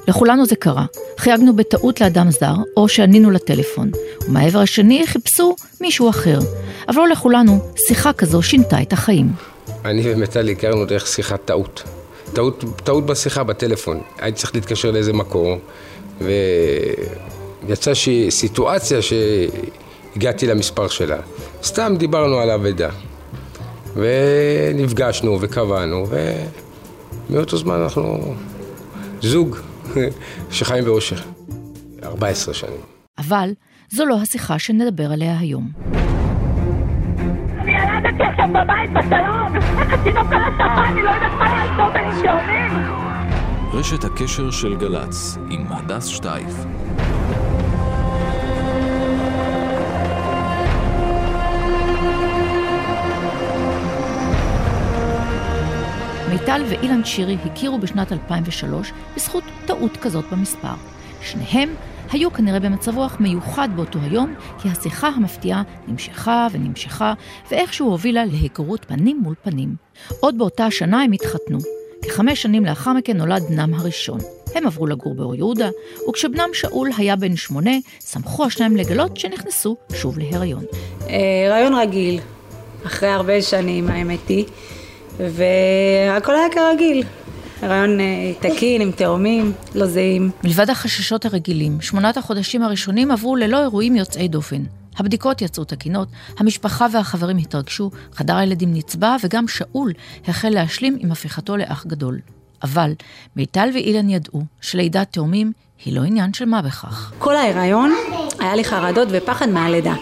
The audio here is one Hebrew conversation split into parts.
לכולנו זה קרה. חייגנו בטעות לאדם זר, או שענינו לטלפון. ומהעבר השני חיפשו מישהו אחר. אבל לא לכולנו, שיחה כזו שינתה את החיים. אני ומיטל הכרנו דרך שיחת טעות. טעות בשיחה בטלפון. הייתי צריך להתקשר לאיזה מקום, ויצאה סיטואציה שהגעתי למספר שלה. סתם דיברנו על העבודה. ונפגשנו וקבענו, ומאותו זמן אנחנו זוג שחיים באושר. 14 שנים. אבל זו לא השיחה שנדבר עליה היום. אני ילדתי עכשיו בבית בסלון, התינוק על הספה, אני לא יודעת מה לעשות, אני שעונים. רשת הקשר של גלץ עם הדס שטייף. מיטל ואילן שירי הכירו בשנת 2003 בזכות טעות כזאת במספר. שניהם היו כנראה במצב רוח מיוחד באותו היום, כי השיחה המפתיעה נמשכה ונמשכה, ואיכשהו הובילה להיכרות פנים מול פנים. עוד באותה השנה הם התחתנו. כ5 שנים לאחר מכן נולד בנם הראשון. הם עברו לגור באור יהודה, וכשבנם שאול היה בן 8, שמחו השניים לגלות שנכנסו שוב להיריון. הריון רגיל, אחרי הרבה שנים האמת היא, והכל היה כרגיל. הריון תקין, עם תאומים, לא זהים. מלבד החששות הרגילים, 8 החודשים הראשונים עברו ללא אירועים יוצאי דופן. הבדיקות יצאו תקינות, המשפחה והחברים התרגשו, חדר הילדים נצבע, וגם שאול החל להשלים עם הפיכתו לאח גדול. אבל מיטל ואילן ידעו שלידת תאומים היא לא עניין של מה בכך. כל ההיריון היה לי חרדות ופחד מהלידה.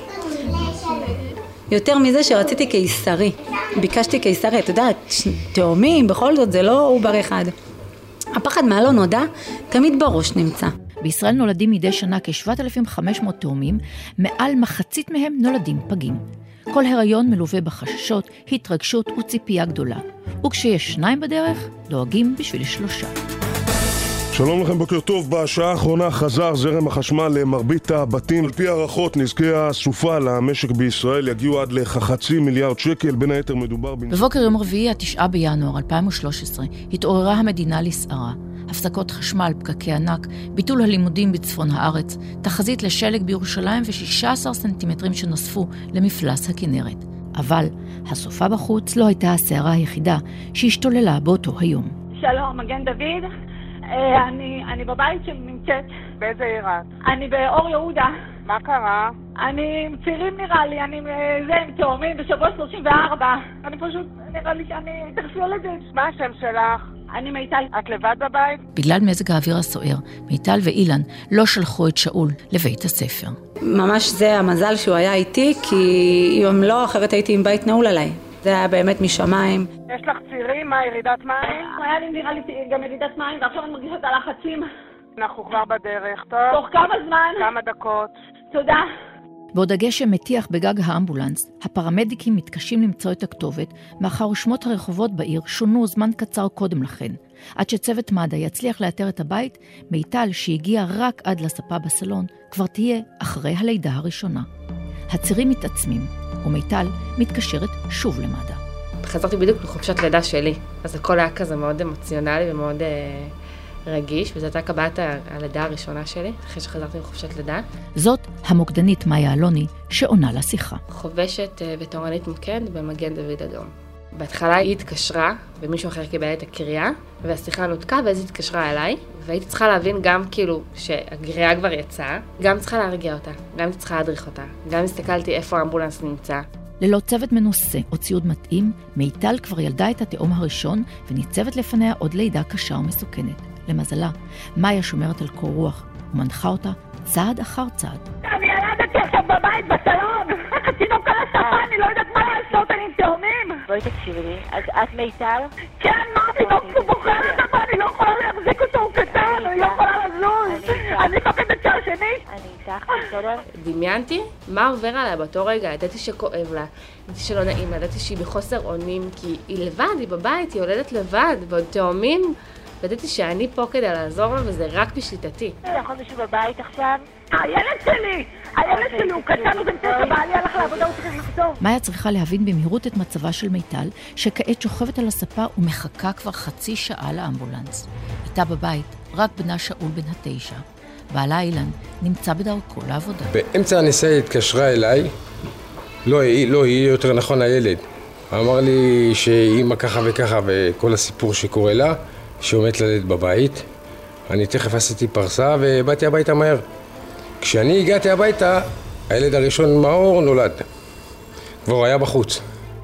יותר מזה שרציתי קיסרי. ביקשתי קיסרי, אתה יודעת, תאומים, בכל זאת זה לא עובר אחד. הפחד מהלא נודע תמיד בראש נמצא. בישראל נולדים מדי שנה כ-7,500 תאומים, מעל מחצית מהם נולדים פגים. כל הריון מלווה בחששות, התרגשות וציפייה גדולה. וכשיש 2 בדרך, דואגים בשביל 3. שלום לכם, בוקר טוב. בשעה האחרונה חזר זרם החשמל למרבית הבתים. על פי הערכות, נזקי הסופה למשק בישראל יגיעו עד ל500 מיליארד שקל. בין היתר מדובר... בבוקר יום רביעי, 9 בינואר 2013, התעוררה המדינה לסערה. הפסקות חשמל, פקקי ענק, ביטול הלימודים בצפון הארץ, תחזית לשלג בירושלים ו16 סנטימטרים שנוספו למפלס הכנרת. אבל הסופה בחוץ לא הייתה הסערה היחידה שהשתוללה באותו היום. שלום, מגן דוד. אני בבית שנמצאת. באיזה עיר את? אני באור יהודה. מה קרה? אני עם צירים נראה לי, אני עם תאומים בשבוע 34. אני פשוט, נראה לי שאני תכף יולדת. מה השם שלך? אני מיטל. את לבד בבית? בגלל מזג האוויר הסוער, מיטל ואילן לא שלחו את שאול לבית הספר. ממש זה המזל שהוא היה איתי, כי אם לא, אחרת הייתי עם בית נעול עליי. זה היה באמת משמיים. יש לך צירים? מה, ירידת מים? היה לי נראה לי גם ירידת מים, ועכשיו אני מרגישה את הלחצים. אנחנו כבר בדרך, טוב? תוך כמה זמן? כמה דקות. תודה. בעוד הגשם מטיח בגג האמבולנס, הפרמדיקים מתקשים למצוא את הכתובת, מאחר שמות הרחובות בעיר שונו זמן קצר קודם לכן. עד שצוות מד"א יצליח לאתר את הבית, מיטל שהגיעה רק עד לספה בסלון, כבר תהיה אחרי הלידה הראשונה. הצירים מתעצמים, ומיטל מתקשרת שוב למד"א. חזרתי בדיוק לחופשת לידה שלי, אז הכל היה כזה מאוד אמוציונלי ומאוד רגיש, וזאת הייתה קבלת הלידה הראשונה שלי, אחרי שחזרתי לחופשת לידה. זאת המוקדנית מאיה אלוני שעונה לשיחה. חובשת ותורנית מוקד במגן דוד אדום. בהתחלה היא התקשרה, ומישהו אחר קיבל את הקריאה, והשיחה נותקה, ואז היא התקשרה אליי, והייתי צריכה להבין גם כאילו שהקריאה כבר יצאה, גם צריכה להרגיע אותה, גם צריכה להדריך אותה, גם הסתכלתי איפה האמבולנס נמצא. ללא צוות מנוסה או ציוד מתאים, מיטל כבר ילדה את התאום הראשון, וניצבת לפניה עוד לידה קשה ומסוכנת. למזלה, מאיה שומרת על קור רוח, ומנחה אותה צעד אחר צעד. אני ילדתי עכשיו בבית בסלון, התינוק על הספה, אני לא יודעת מה לעשות, אני עם תאומים. בואי תקשיבי לי, אז את מיטל? כן, מה, התינוק הוא בוחר על הספה, אני לא יכולה להחזיק אותו, הוא קטן, אני לא יכולה לזוז. אני פקד את שער שני. אני איתך, בסדר? דמיינתי מה עובר עליה באותו רגע, ידעתי שכואב לה, ידעתי שלא נעים, ידעתי שהיא בחוסר אונים, כי היא לבד, היא בבית, היא הולדת לבד, ועוד תאומים. ידעתי שאני פה כדי לעזור לה, וזה רק בשליטתי. יכול מישהו בבית עכשיו? הילד שלי הוא קטן, הוא גם בעלי הלך לעבודה, הוא צריך לחזור. מאיה צריכה להבין במהירות את מצבה של מיטל, שכעת שוכבת על הספה ומחכה כבר חצי שעה לאמבולנס. איתה בבית, רק בנה שאול בן 9. בעלה אילן נמצא בדרכו לעבודה. באמצע הנסיעה התקשרה אליי, לא היא יותר נכון הילד. אמר לי שאמא ככה וככה וכל הסיפור שקורה לה, שעומדת ללדת בבית. אני תכף עשיתי פרסה ובאתי הביתה מהר. כשאני הגעתי הביתה, הילד הראשון מאור נולד. כבר היה בחוץ.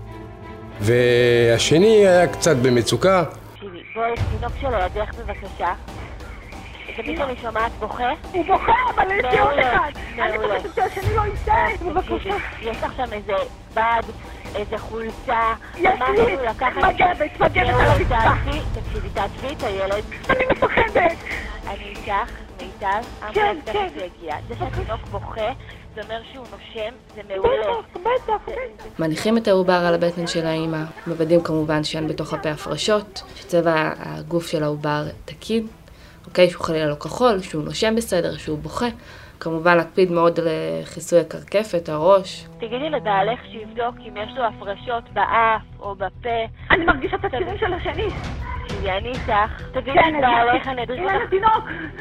והשני היה קצת במצוקה. בואי, תינוק שלו, ידך בבקשה. תמיד אני שומעת בוכה? הוא בוכה, אבל יש לי עוד אחד. אני מעולה. חושבת שהשני לא יצא. בבקשה. יש לך שם איזה בד, איזה חולצה, יש לי מגבת על הרצפה. תקשיבי, תעצבי את הילד. אני מפחדת. אני איתך, מיטל, אמבולנס תכף יגיע. זה שהתינוק בוכה, זה אומר שהוא נושם, זה מעולה. בטח. מניחים את העובר על הבטן של האמא, מוודאים כמובן שאין בתוך הפה הפרשות, שצבע הגוף של העובר תקין, אוקיי, שהוא חלילה לא כחול, שהוא נושם בסדר, שהוא בוכה. כמובן להקפיד מאוד על חיסוי הקרקפת, הראש. תגידי לבעלך שיבדוק אם יש לו הפרשות באף או בפה. אני מרגישה את הצירים של השני. אני איתך. תגידי לבעלך, אני אדריך אילן אותך. התינוק.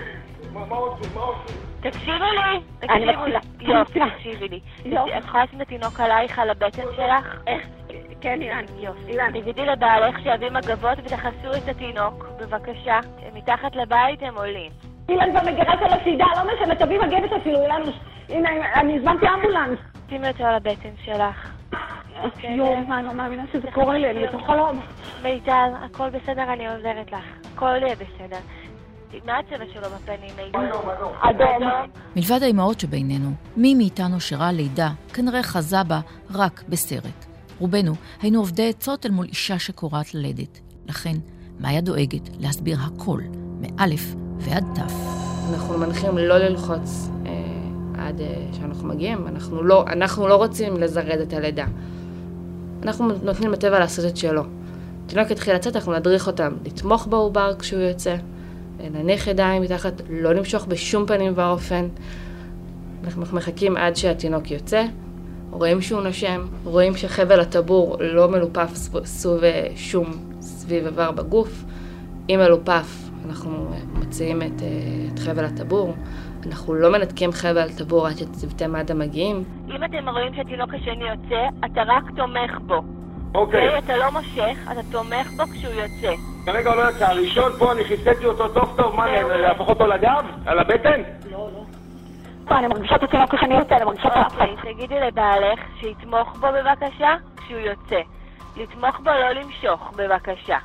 תקשיבי לי. תקשיבי לי. יופי, תקשיבי לי. את יכולה לשים את התינוק עלייך על הבטן שלך? איך? כן, אילן. יופי. תגידי לבעלך שיביא מגבות ותכסו את התינוק, בבקשה. מתחת לבית הם עולים. אילן במגירה של הסידה, לא משנה, תביא מגבת אפילו, אילן. הנה, אני הזמנתי אמבולנס. שימי אותו על הבטן שלך. יואו, מה, אני לא מאמינה שזה קורה לי, אני בתוך חלום. מיטל, הכל בסדר, אני עוזרת לך. הכל יהיה בסדר. מה הצבע שלו בפנים, מיטל? אדום. מלבד האימהות שבינינו, מי מאיתנו שראה לידה כנראה חזה בה רק בסרט. רובנו היינו עובדי עצות אל מול אישה שקוראת ללדת. לכן, מאיה דואגת להסביר הכל, מאלף ועד תף. אנחנו מנחים לא ללחוץ עד שאנחנו מגיעים. אנחנו לא רוצים לזרז את הלידה. אנחנו נותנים לטבע לעשות את שלו. תינוק התחיל לצאת, אנחנו נדריך אותם לתמוך בעובר כשהוא יוצא, להניח ידיים מתחת, לא למשוך בשום פנים ואופן. אנחנו מחכים עד שהתינוק יוצא, רואים שהוא נושם, רואים שחבל הטבור לא מלופף סביב שום סביב איבר בגוף. אם מלופף, אנחנו מציעים את חבל הטבור. אנחנו לא מנתקים חבל טבור עד שצוותי מד"א מגיעים. אם אתם רואים שהתינוק השני יוצא, אתה רק תומך בו. אוקיי. אתה לא מושך, אתה תומך בו כשהוא יוצא. כרגע אומרת שהראשון פה, אני חיסיתי אותו טוב, מה, להפוך אותו לגב? על הבטן? לא. אני מרגישה את התינוק כשאני יוצא, אני מרגישה את אוקיי, תגידי לבעלך שיתמוך בו בבקשה כשהוא יוצא. לתמוך בו, לא למשוך, בבקשה.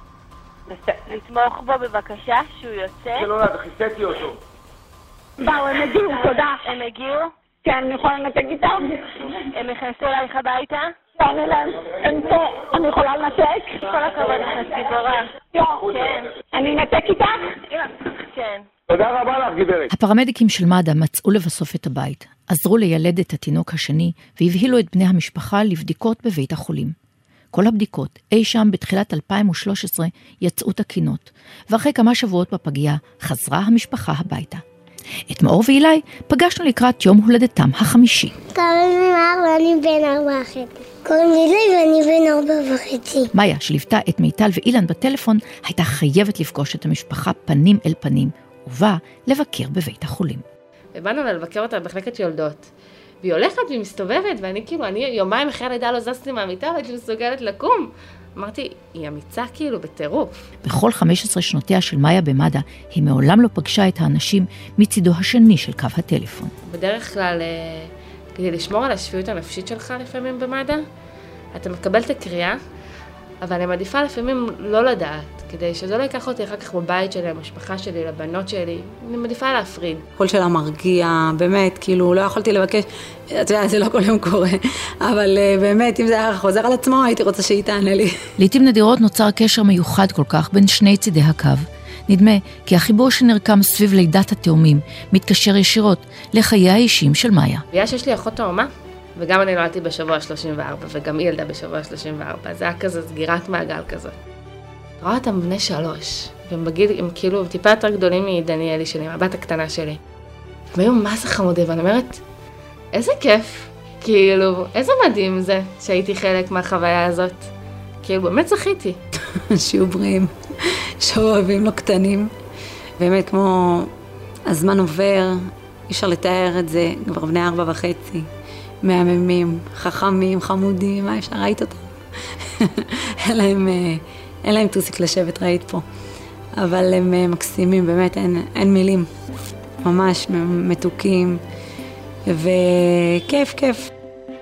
לתמוך בו בבקשה כשהוא יוצא. שלא, חיסיתי אותו. באו, הם הגיעו, תודה. הם הגיעו? כן, אני יכולה לנתק איתם? הם נכנסו אלייך הביתה? כן, אילן, הם פה, אני יכולה לנתק? כל הכבוד, את גיבורה. כן. אני אנתק איתך? כן. תודה רבה לך, גברת. הפרמדיקים של מד"א מצאו לבסוף את הבית, עזרו לילד את התינוק השני והבהילו את בני המשפחה לבדיקות בבית החולים. כל הבדיקות, אי שם בתחילת 2013, יצאו תקינות, ואחרי כמה שבועות בפגייה חזרה המשפחה הביתה. את מאור ואילי פגשנו לקראת יום הולדתם החמישי. קוראים לי מאור ואני בן 4.5. קוראים לי אילי ואני בן 4.5. מאיה, שליוותה את מיטל ואילן בטלפון, הייתה חייבת לפגוש את המשפחה פנים אל פנים, ובאה לבקר בבית החולים. ובאנו לבקר אותה במחלקת יולדות. והיא הולכת והיא מסתובבת, ואני יומיים אחרי הלידה לא זזתי מהמיטה, והייתי מסוגלת לקום. אמרתי, היא אמיצה בטירוף. בכל 15 שנותיה של מאיה במד"א, היא מעולם לא פגשה את האנשים מצידו השני של קו הטלפון. בדרך כלל, כדי לשמור על השפיות הנפשית שלך לפעמים במד"א, אתה מקבל את הקריאה, אבל אני מעדיפה לפעמים לא לדעת, כדי שזה לא ייקח אותי אחר כך בבית שלי, למשפחה שלי, לבנות שלי, אני מעדיפה להפריד. קול שלה מרגיע, באמת, כאילו לא יכולתי לבקש, אתה יודע, זה לא כל יום קורה, אבל באמת, אם זה היה חוזר על עצמו, הייתי רוצה שהיא תענה לי. לעתים נדירות נוצר קשר מיוחד כל כך בין שני צידי הקו. נדמה כי החיבור שנרקם סביב לידת התאומים מתקשר ישירות לחיי האישיים של מאיה. יש לי אחות תאומה, וגם אני נולדתי בשבוע 34, וגם היא ילדה בשבוע 34, זה היה כזה סגירת מעגל כזאת. רואה אותם בני 3, והם בגיל, הם כאילו טיפה יותר גדולים מדניאלי שלי, מהבת הקטנה שלי. הם היו מה זה חמודי, ואני אומרת, איזה כיף, כאילו, איזה מדהים זה שהייתי חלק מהחוויה הזאת. כאילו, באמת זכיתי. שיהיו בריאים, שאוהבים לו קטנים, באמת כמו הזמן עובר, אי אפשר לתאר את זה, כבר בני 4.5, מהממים, חכמים, חמודים, מה אפשר, ראית אותם? אין להם טוסיק לשבת, ראית פה. אבל הם מקסימים, באמת, אין מילים. ממש מתוקים, וכיף, כיף.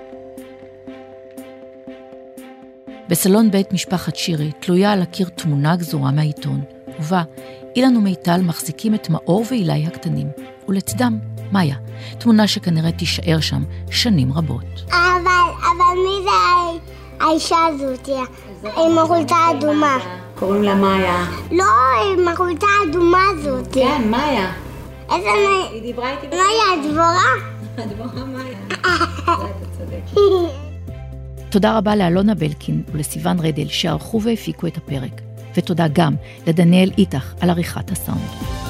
בסלון בית משפחת שירי תלויה על הקיר תמונה גזורה מהעיתון, ובה אילן ומיטל מחזיקים את מאור ואילי הקטנים, ולצדם מאיה, תמונה שכנראה תישאר שם שנים רבות. אבל מי זה האישה הזאת? עם החולצה האדומה. קוראים לה מאיה. לא, עם החולצה האדומה הזאת. כן, מאיה. איזה היא דיברה איתי. מאיה, הדבורה? הדבורה מאיה. אתה צודק. תודה רבה לאלונה בלקין ולסיוון רדל שערכו והפיקו את הפרק, ותודה גם לדניאל איתך על עריכת הסאונד.